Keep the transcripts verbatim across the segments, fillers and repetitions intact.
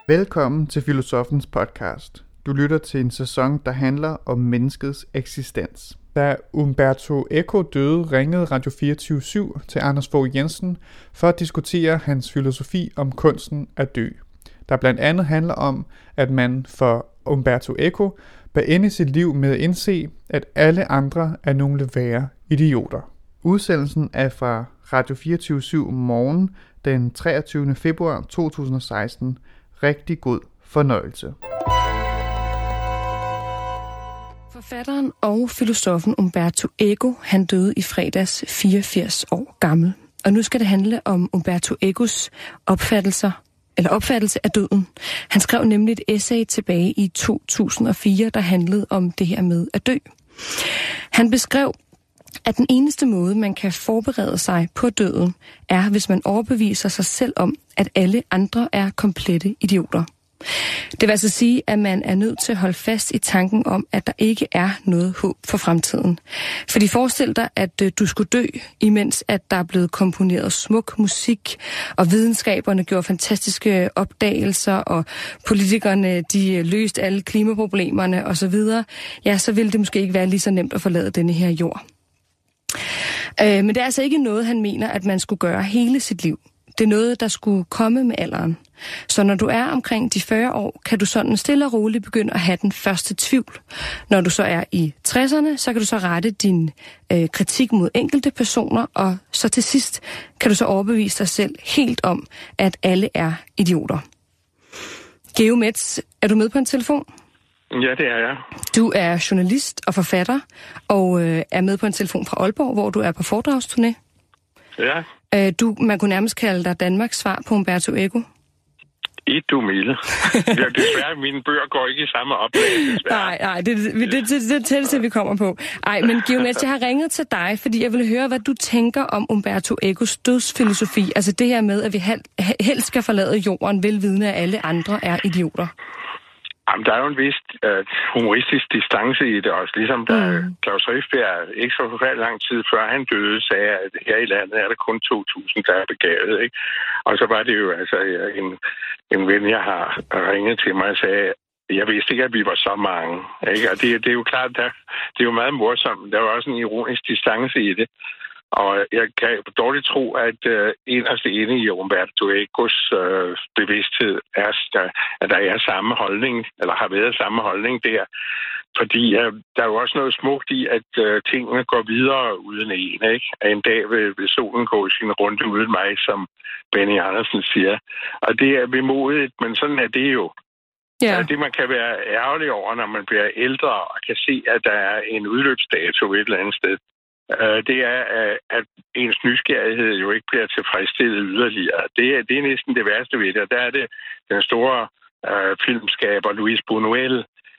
Velkommen til Filosofens podcast. Du lytter til en sæson, der handler om menneskets eksistens. Da Umberto Eco døde, ringede Radio fireogtyve syv til Anders Fogh Jensen for at diskutere hans filosofi om kunsten at dø. Der blandt andet handler om, at man for Umberto Eco bør ende sit liv med at indse, at alle andre er nogle værre idioter. Udsendelsen er fra Radio fireogtyve syv morgen den treogtyvende februar to tusind og seksten. Rigtig god fornøjelse. Forfatteren og filosofen Umberto Eco, han døde i fredags fireogfirs år gammel. Og nu skal det handle om Umberto Ecos opfattelser, eller opfattelse af døden. Han skrev nemlig et essay tilbage i to tusind og fire, der handlede om det her med at dø. Han beskrev, at den eneste måde, man kan forberede sig på døden, er, hvis man overbeviser sig selv om, at alle andre er komplette idioter. Det vil altså sige, at man er nødt til at holde fast i tanken om, at der ikke er noget håb for fremtiden. Fordi forestil dig, at du skulle dø, imens at der er blevet komponeret smuk musik, og videnskaberne gjorde fantastiske opdagelser, og politikerne de løste alle klimaproblemerne osv. Ja, så ville det måske ikke være lige så nemt at forlade denne her jord. Øh, men det er altså ikke noget, han mener, at man skulle gøre hele sit liv. Det er noget, der skulle komme med alderen. Så når du er omkring de fyrre år, kan du sådan stille og roligt begynde at have den første tvivl. Når du så er i tresserne, så kan du så rette din øh, kritik mod enkelte personer, og så til sidst kan du så overbevise dig selv helt om, at alle er idioter. Geo Metz, er du med på en telefon? Ja, det er jeg. Du er journalist og forfatter, og øh, er med på en telefon fra Aalborg, hvor du er på foredragsturné. Ja. Øh, du, man kunne nærmest kalde dig Danmarks svar på Umberto Eco. I du milde. Ja, desværre, mine bøger går ikke i samme oplag, desværre. Nej, nej, det er det, det, det, det tætteste, vi kommer på. Ej, men Geo Metz, jeg har ringet til dig, fordi jeg vil høre, hvad du tænker om Umberto Ecos dødsfilosofi. Altså det her med, at vi helst skal forlade jorden, velvidende, at alle andre er idioter. Jamen, der er jo en vis uh, humoristisk distance i det også. Ligesom da mm. Klaus Rifbjerg ikke så forfærdelig lang tid før han døde, sagde, at her i landet er der kun to tusind, der er begavet. Ikke? Og så var det jo altså en, en ven, jeg har ringet til mig og sagde, jeg vidste ikke, at vi var så mange. Ikke? Og det, det er jo klart, der, det er jo meget morsomt. Der er jo også en ironisk distance i det. Og jeg kan dårligt tro, at øh, inderst inde i Umberto Ecos øh, bevidsthed er, at der er samme holdning, eller har været samme holdning der. Fordi øh, der er jo også noget smukt i, at øh, tingene går videre uden en, ikke? At en dag vil, vil solen gå i sin runde uden mig, som Benny Andersen siger. Og det er vemodigt, men sådan er det jo. Yeah. Det, man kan være ærgerlig over, når man bliver ældre og kan se, at der er en udløbsdato et eller andet sted. Det er, at ens nysgerrighed jo ikke bliver tilfredsstillet yderligere. Det er, det er næsten det værste ved det. Og der er det den store uh, filmskaber Luis Buñuel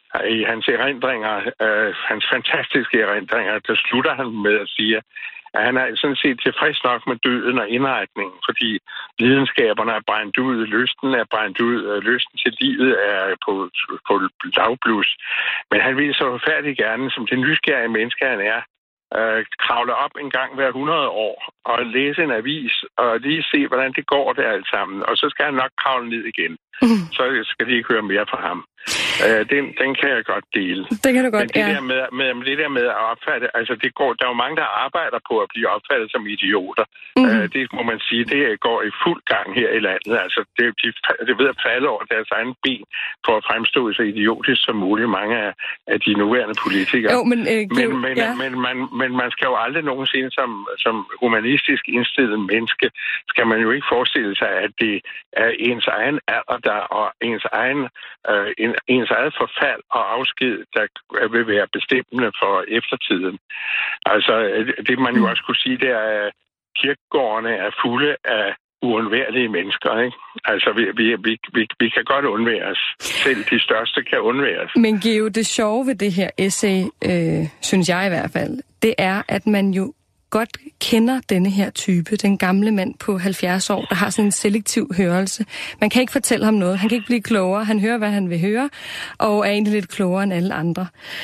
i hans erindringer, uh, hans fantastiske erindringer, der slutter han med at sige, at han er sådan set tilfreds nok med døden og indretningen, fordi lidenskaberne er brændt ud, lysten er brændt ud, lysten til livet er på, på lavblus. Men han vil så forfærdeligt gerne, som det nysgerrige menneske han er, Øh, kravle op en gang hver hundrede år og læse en avis og lige se, hvordan det går der alt sammen. Og så skal han nok kravle ned igen. Mm. Så skal de ikke høre mere fra ham. Øh, den, den kan jeg godt dele. Det kan du godt, Men det, ja. der med, med, det der med at opfatte, altså det går, der er jo mange, der arbejder på at blive opfattet som idioter. Mm. Øh, det må man sige, det går i fuld gang her i landet. Altså det, de, de ved at falde over deres egen ben for at fremstå så idiotisk som muligt, mange af, af de nuværende politikere. Jo, men, øh, men, men, men, ja. men, man, men man skal jo aldrig nogensinde som, som humanistisk indstillet menneske, skal man jo ikke forestille sig, at det er ens egen alder, der, og ens egen øh, en, ens eget forfald og afsked, der vil være bestemmende for eftertiden. Altså, det man jo også kunne sige, det er, at kirkegårdene er fulde af uundværlige mennesker, ikke? Altså, vi, vi, vi, vi, vi kan godt undværes. Selv de største kan undværes. Men Geo, det sjove ved det her essay, øh, synes jeg i hvert fald, det er, at man jo godt kender denne her type, den gamle mand på halvfjerds år, der har sådan en selektiv hørelse. Man kan ikke fortælle ham noget, han kan ikke blive klogere, han hører, hvad han vil høre, og er egentlig lidt klogere end alle andre.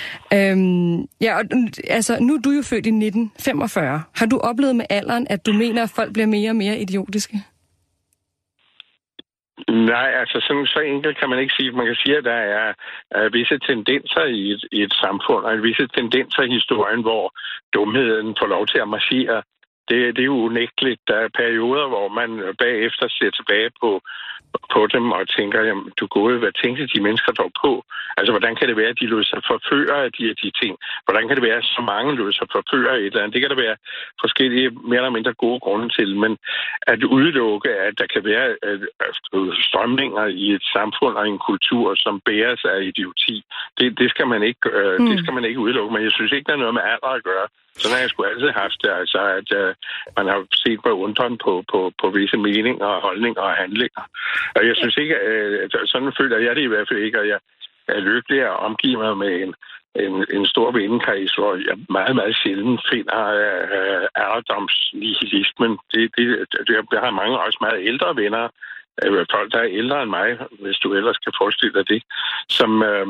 Øhm, ja, og, altså, nu er du jo født i nitten femogfyrre. Har du oplevet med alderen, at du mener, at folk bliver mere og mere idiotiske? Nej, altså sådan, så enkelt kan man ikke sige. Man kan sige, at der er, er visse tendenser i et, i et samfund, og visse tendenser i historien, hvor dumheden får lov til at marchere. Det, det er jo unægteligt. Der er perioder, hvor man bagefter ser tilbage på, på dem og tænker, jamen, du gode, hvad tænkte de mennesker dog på? Altså, hvordan kan det være, at de lod sig forføre af de, de ting? Hvordan kan det være, at så mange lod sig forføre af et eller andet? Det kan der være forskellige, mere eller mindre gode grunde til, men at udelukke, at der kan være øh, strømninger i et samfund og en kultur, som bæres af idioti, det, det, skal man ikke, øh, mm. det skal man ikke udelukke. Men jeg synes ikke, der er noget med alder at gøre. Sådan har jeg sgu altid haft det, altså, at øh, man har set på undren på, på, på visse meninger, holdninger og handlinger. Og jeg synes ikke, øh, sådan føler jeg det i hvert fald ikke, og jeg er lykkelig at omgive mig med en, en, en stor vennekreds, hvor jeg meget, meget sjældent finder øh, alderdomsnihilismen. Det, det, det, jeg har mange også meget ældre venner, øh, folk, der er ældre end mig, hvis du ellers kan forestille dig det, som... Øh,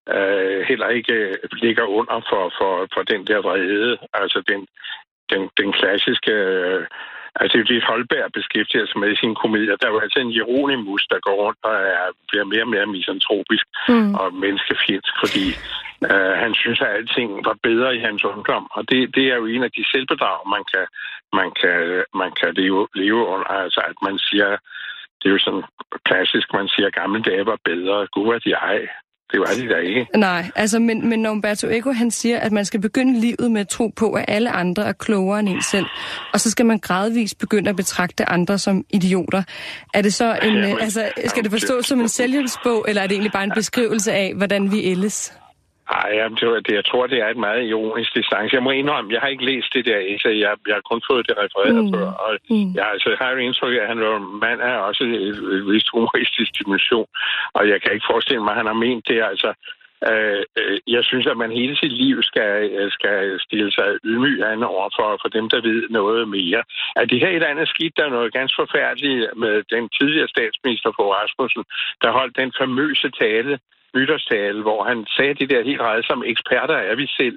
Uh, heller ikke uh, ligger under for, for, for den der vrede, altså den, den, den klassiske... Uh, altså det er det, Holberg beskæftiger sig med i sine komedier. Der er jo altså en Hieronymus, der går rundt og er, bliver mere og mere misantropisk mm. og menneskefjendsk, fordi uh, han synes, at alting var bedre i hans ungdom. Og det, det er jo en af de selvbedrag, man kan, man kan, man kan leve, leve under. Altså at man siger... Det er jo sådan klassisk, man siger, at gamle dage var bedre. Gud var de ej. Det var de der ikke. Nej, altså, men, men når Umberto Eco, han siger, at man skal begynde livet med at tro på, at alle andre er klogere end en selv, og så skal man gradvist begynde at betragte andre som idioter. Er det så en, ja, men, altså, skal det forstås som en selvhjælpsbog, eller er det egentlig bare en beskrivelse af, hvordan vi ældes? Ej, det, jeg tror, det er et meget ironisk distance. Jeg må indrømme, jeg har ikke læst det der essay. Jeg, jeg har kun fået det refereret mm. før. Og mm. jeg, altså, jeg har jo indtryk af, at han var mand af også et, et vist humoristisk dimension. Og jeg kan ikke forestille mig, at han har ment det. Altså, øh, jeg synes, at man hele sit liv skal, skal stille sig ydmyg an over for, for dem, der ved noget mere. At det her et andet skidt, der er noget ganske forfærdeligt med den tidligere statsminister Fogh Rasmussen, der holdt den famøse tale, nytårstale, hvor han sagde det der helt ret, som eksperter er vi selv.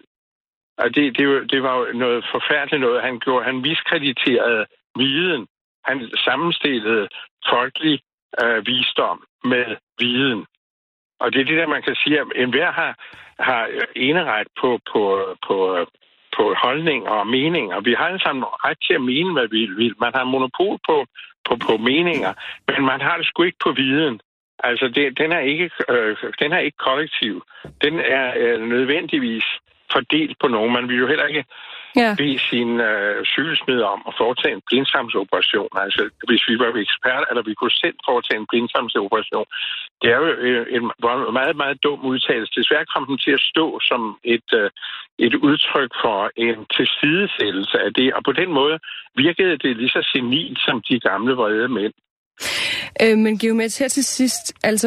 Og det, det, det var jo noget forfærdeligt noget, han gjorde. Han miskrediterede viden. Han sammenstillede folkelig øh, visdom med viden. Og det er det der, man kan sige, at enhver har, har eneret på, på, på, på holdninger og meninger. Vi har alle sammen ret til at mene, hvad vi vil. Man har monopol på, på, på meninger, men man har det sgu ikke på viden. Altså, det, den, er ikke, øh, den er ikke kollektiv. Den er øh, nødvendigvis fordelt på nogen. Man vil jo heller ikke ja. bede sin øh, cykelsmed om at foretage en blindtarmsoperation. Altså, hvis vi var eksperter, eller vi kunne selv foretage en blindtarmsoperation. Det er jo øh, en meget, meget dum udtalelse. Desværre kom den til at stå som et, øh, et udtryk for en tilsidesættelse af det. Og på den måde virkede det lige så senilt som de gamle vrede mænd. Øh, men Geomets, her til sidst, altså,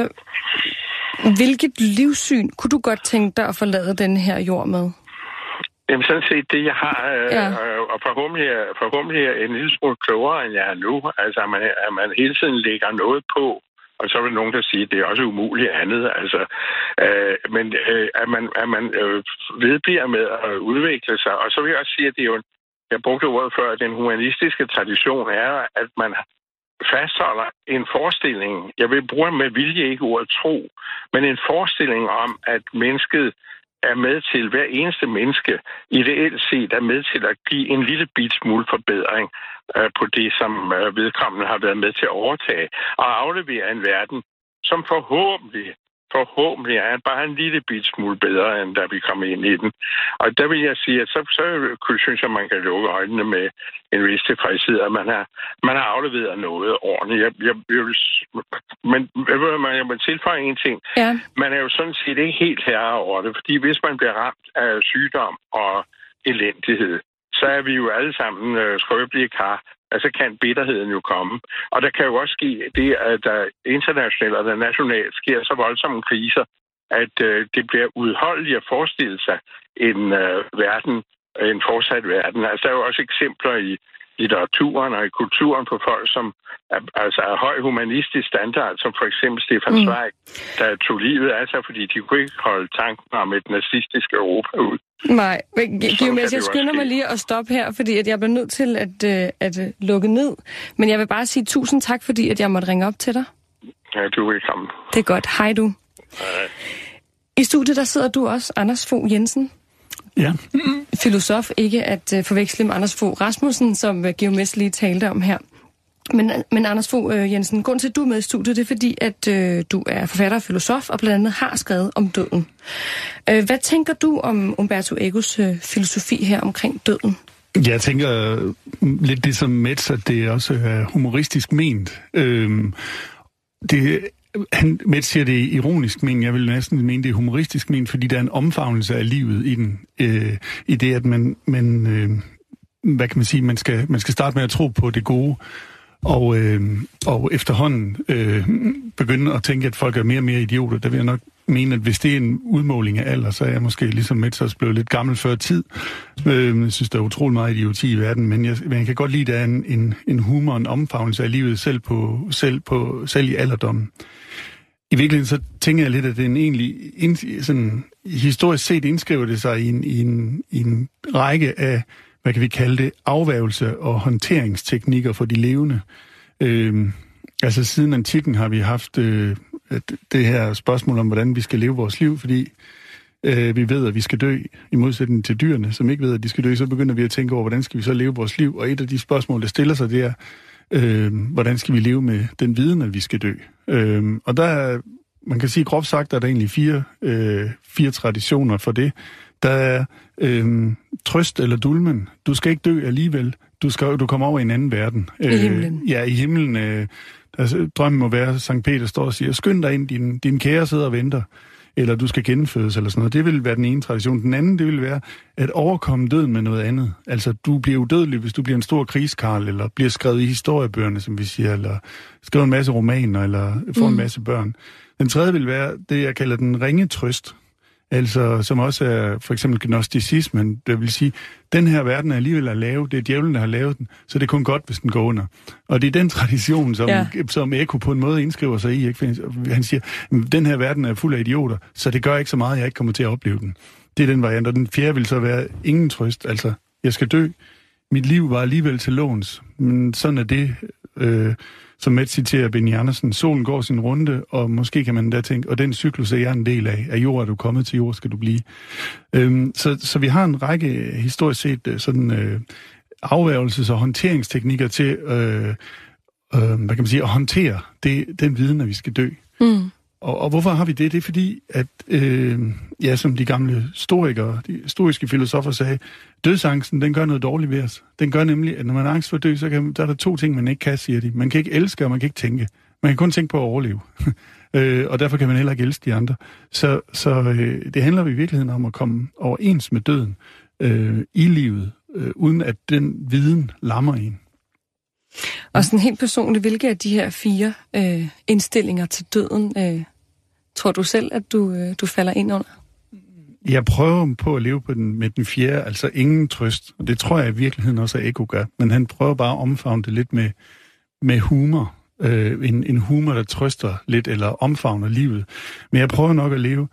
hvilket livssyn kunne du godt tænke dig at forlade den her jord med? Jamen sådan set det, jeg har, øh, ja. øh, og forhåbentlig, forhåbentlig er en lille smule klogere, end jeg er nu. Altså, at man, at man hele tiden lægger noget på, og så vil nogen, der sige, at det er også umuligt andet. Altså, øh, men øh, at man, at man øh, vedbliver med at udvikle sig. Og så vil jeg også sige, at det er jo, jeg brugte ordet før, at den humanistiske tradition er, at man fastholder en forestilling, jeg vil bruge med vilje ikke ordet tro, men en forestilling om, at mennesket er med til, hver eneste menneske ideelt set er med til at give en lille bit smule forbedring øh, på det, som øh, vedkommende har været med til at overtage, og aflevere en verden, som forhåbentlig Forhåbentlig er bare en lille bit smule bedre, end da vi kom ind i den. Og der vil jeg sige, at så, så synes jeg, man kan lukke øjnene med en vis tilfredshed, at man har, man har afleveret noget ordentligt. Jeg, jeg, jeg vil, men jeg vil tilføje en ting. Ja. Man er jo sådan set ikke helt herre over det, fordi hvis man bliver ramt af sygdom og elendighed, så er vi jo alle sammen øh, skrøbelige kar. Altså kan bitterheden jo komme. Og der kan jo også ske det, at der internationalt og nationalt sker så voldsomme kriser, at øh, det bliver udholdeligt at forestille sig en øh, verden, en fortsat verden. Altså der er jo også eksempler i litteraturen og i kulturen på folk, som er, altså er høj humanistisk standard, som for eksempel Stefan mm. Zweig, der tog livet af sig, fordi de kunne ikke holde tanken om et nazistisk Europa ud. Nej, men Geomets, jeg skynder mig lige at stoppe her, fordi at jeg bliver nødt til at, at, at lukke ned. Men jeg vil bare sige tusind tak, fordi at jeg måtte ringe op til dig. Ja, du er velkommen. Det er godt. Hej du. Hej. I studiet der sidder du også, Anders Fogh Jensen. Ja. Filosof, ikke at uh, forveksle med Anders Fogh Rasmussen, som uh, Georg Mess lige talte om her. Men, men Anders Fogh uh, Jensen, grunden til, at du er med i studiet, det er fordi, at uh, du er forfatter og filosof, og blandt andet har skrevet om døden. Uh, hvad tænker du om Umberto Ecos uh, filosofi her omkring døden? Jeg tænker lidt det som Metz, at det også er humoristisk ment. Øhm, det, han, Metz siger det ironisk ment, jeg vil næsten mene det er humoristisk ment, fordi der er en omfavnelse af livet i den. Øh, I det, at man, man øh, hvad kan man sige, man skal, man skal starte med at tro på det gode, og, øh, og efterhånden øh, begynde at tænke, at folk er mere og mere idioter. Der vil jeg nok mene, at hvis det er en udmåling af alder, så er jeg måske ligesom Metz også blevet lidt gammel før tid. Øh, jeg synes, der er utrolig meget idioti i verden, men jeg, men jeg kan godt lide, at der er en, en, en humor, en omfavnelse af livet selv, på, selv, på, selv i alderdommen. I virkeligheden så tænker jeg lidt, at den egentlig ind, sådan, historisk set indskriver det sig i en, i, en, i en række af, hvad kan vi kalde det, afværgelse og håndteringsteknikker for de levende. Øh, altså siden antikken har vi haft øh, det her spørgsmål om, hvordan vi skal leve vores liv, fordi øh, vi ved, at vi skal dø, i modsætning til dyrene, som ikke ved, at de skal dø, så begynder vi at tænke over, hvordan skal vi så leve vores liv, og et af de spørgsmål, der stiller sig, det er, øh, hvordan skal vi leve med den viden, at vi skal dø. Øh, og der er, man kan sige groft sagt, at der er egentlig fire, øh, fire traditioner for det. Der er øh, trøst eller dulmen. Du skal ikke dø alligevel. Du skal du kommer over i en anden verden. I himlen. Øh, ja, i himlen. Øh, der, drømmen må være, Sankt Peter står og siger, skynd dig ind, din, din kære sidder og venter. Eller du skal genfødes, eller sådan noget. Det vil være den ene tradition. Den anden, det vil være at overkomme døden med noget andet. Altså, du bliver udødelig, hvis du bliver en stor krigskarl, eller bliver skrevet i historiebøgerne, som vi siger, eller skriver en masse romaner, eller får mm. en masse børn. Den tredje vil være det, jeg kalder den ringe trøst. Altså, som også er for eksempel gnosticismen, det vil sige, den her verden er alligevel at lave, det er djævlen, der har lavet den, så det er kun godt, hvis den går under. Og det er den tradition, som, ja. som Eco på en måde indskriver sig i. Ikke? Han siger, den her verden er fuld af idioter, så det gør ikke så meget, at jeg ikke kommer til at opleve den. Det er den variant, og den fjerde vil så være ingen trøst. Altså, jeg skal dø. Mit liv var alligevel til låns, men sådan er det... Øh, som Metz citerer Benny Andersen, solen går sin runde, og måske kan man da tænke, og den cyklus er jeg en del af. Af jord er du kommet, til jord skal du blive. Øhm, så, så vi har en række historisk set sådan øh, afværgelses- og håndteringsteknikker til øh, øh, hvad kan man sige, at håndtere det, den viden, at vi skal dø. Mm. Og, og hvorfor har vi det? Det er fordi, at øh, ja, som de gamle historikere, de historiske filosofer sagde, dødsangsten, den gør noget dårligt ved os. Den gør nemlig, at når man har angst for at dø, så kan, der er der to ting, man ikke kan, siger de. Man kan ikke elske, og man kan ikke tænke. Man kan kun tænke på at overleve. øh, og derfor kan man heller ikke elske de andre. Så, så øh, det handler i virkeligheden om at komme overens med døden øh, i livet, øh, uden at den viden lammer en. Og sådan helt personligt, hvilke af de her fire øh, indstillinger til døden, øh, tror du selv, at du, øh, du falder ind under? Jeg prøver på at leve på den, med den fjerde, altså ingen trøst. Og det tror jeg i virkeligheden også, at Eco gør. Men han prøver bare at omfavne det lidt med, med humor. Øh, en, en humor, der trøster lidt, eller omfavner livet. Men jeg prøver nok at leve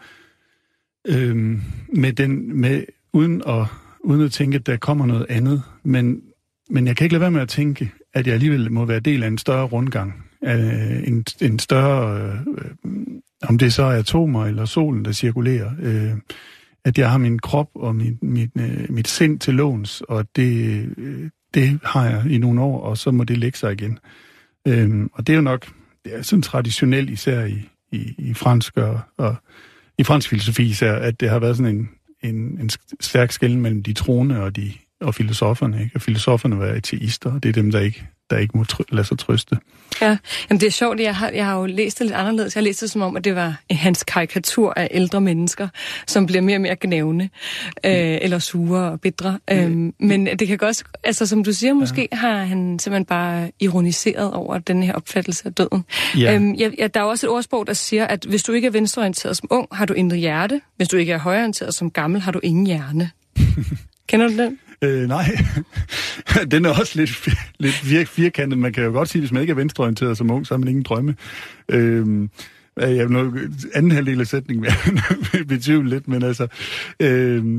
øh, med den, med, uden, at, uden at tænke, at der kommer noget andet. Men, men jeg kan ikke lade være med at tænke, at jeg alligevel må være del af en større rundgang. Øh, en, en større, øh, om det så er atomer eller solen, der cirkulerer. Øh, at jeg har min krop og mit, mit, øh, mit sind til låns, og det, øh, det har jeg i nogle år, og så må det lægge sig igen. Øh, og det er jo nok, det er sådan traditionelt især i, i, i fransk og, og i fransk filosofi især, at det har været sådan en, en, en stærk skelnen mellem de troende og de og filosoferne, ikke? Og filosoferne var ateister, og det er dem, der ikke, der ikke må tr- lade sig trøste. Ja, jamen det er sjovt, jeg har, jeg har jo læst det lidt anderledes. Jeg har læst det som om, at det var hans karikatur af ældre mennesker, som bliver mere og mere gnævne, øh, eller sure og bitre. Øh, men det kan godt, altså som du siger, måske ja. har han simpelthen bare ironiseret over den her opfattelse af døden. Ja. Øh, ja, ja, der er også et ordsprog, der siger, at hvis du ikke er venstreorienteret som ung, har du intet hjerte. Hvis du ikke er højreorienteret som gammel, har du ingen hjerne. Kender du den? Øh, nej, den er også lidt, lidt fir- firkantet. Man kan jo godt sige, hvis man ikke er venstreorienteret som ung, så har man ingen drømme. Øh, jeg vil nok anden halvdel af sætningen vil betvivle lidt, men altså, øh,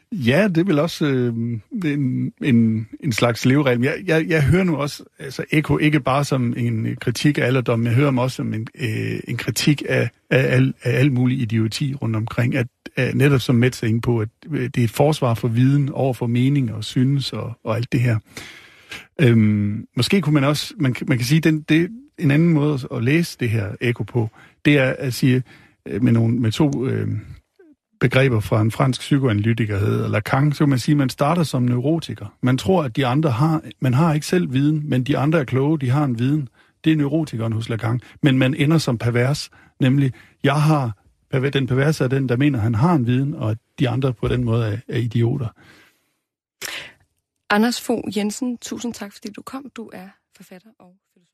Ja, det er vel også øh, en, en, en slags leveregel. Jeg, jeg, jeg hører nu også altså Eko ikke bare som en kritik af alderdommen, jeg hører mig også som en, øh, en kritik af, af, al, af al mulig idioti rundt omkring, at, at netop som Metz er inde på, at det er et forsvar for viden over for mening og synes og, og alt det her. Øhm, måske kunne man også, man, man kan sige, den, det en anden måde at læse det her Eko på, det er at sige med, nogle, med to øh, begreber fra en fransk psykoanalytiker, der hedder Lacan, så kan man sige, at man starter som neurotiker. Man tror, at de andre har, man har ikke selv viden, men de andre er kloge, de har en viden. Det er neurotikeren hos Lacan. Men man ender som pervers, nemlig, jeg har, den perverse er den, der mener, han har en viden, og de andre på den måde er, er idioter. Anders Fogh Jensen, tusind tak, fordi du kom. Du er forfatter og filosof.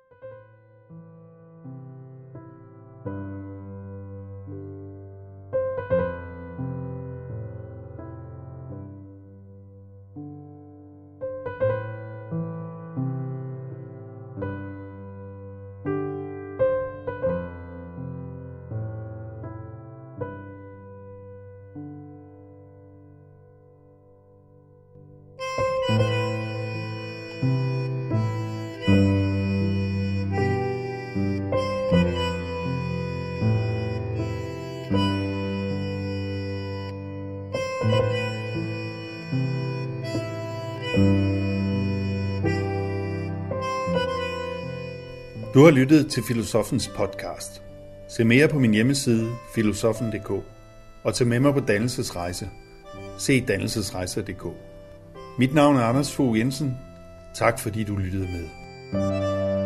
Du har lyttet til Filosofens podcast. Se mere på min hjemmeside filosoffen punktum d k og tag med mig på dannelsesrejse. Se dannelsesrejser punktum d k. Mit navn er Anders Fogh Jensen. Tak fordi du lyttede med.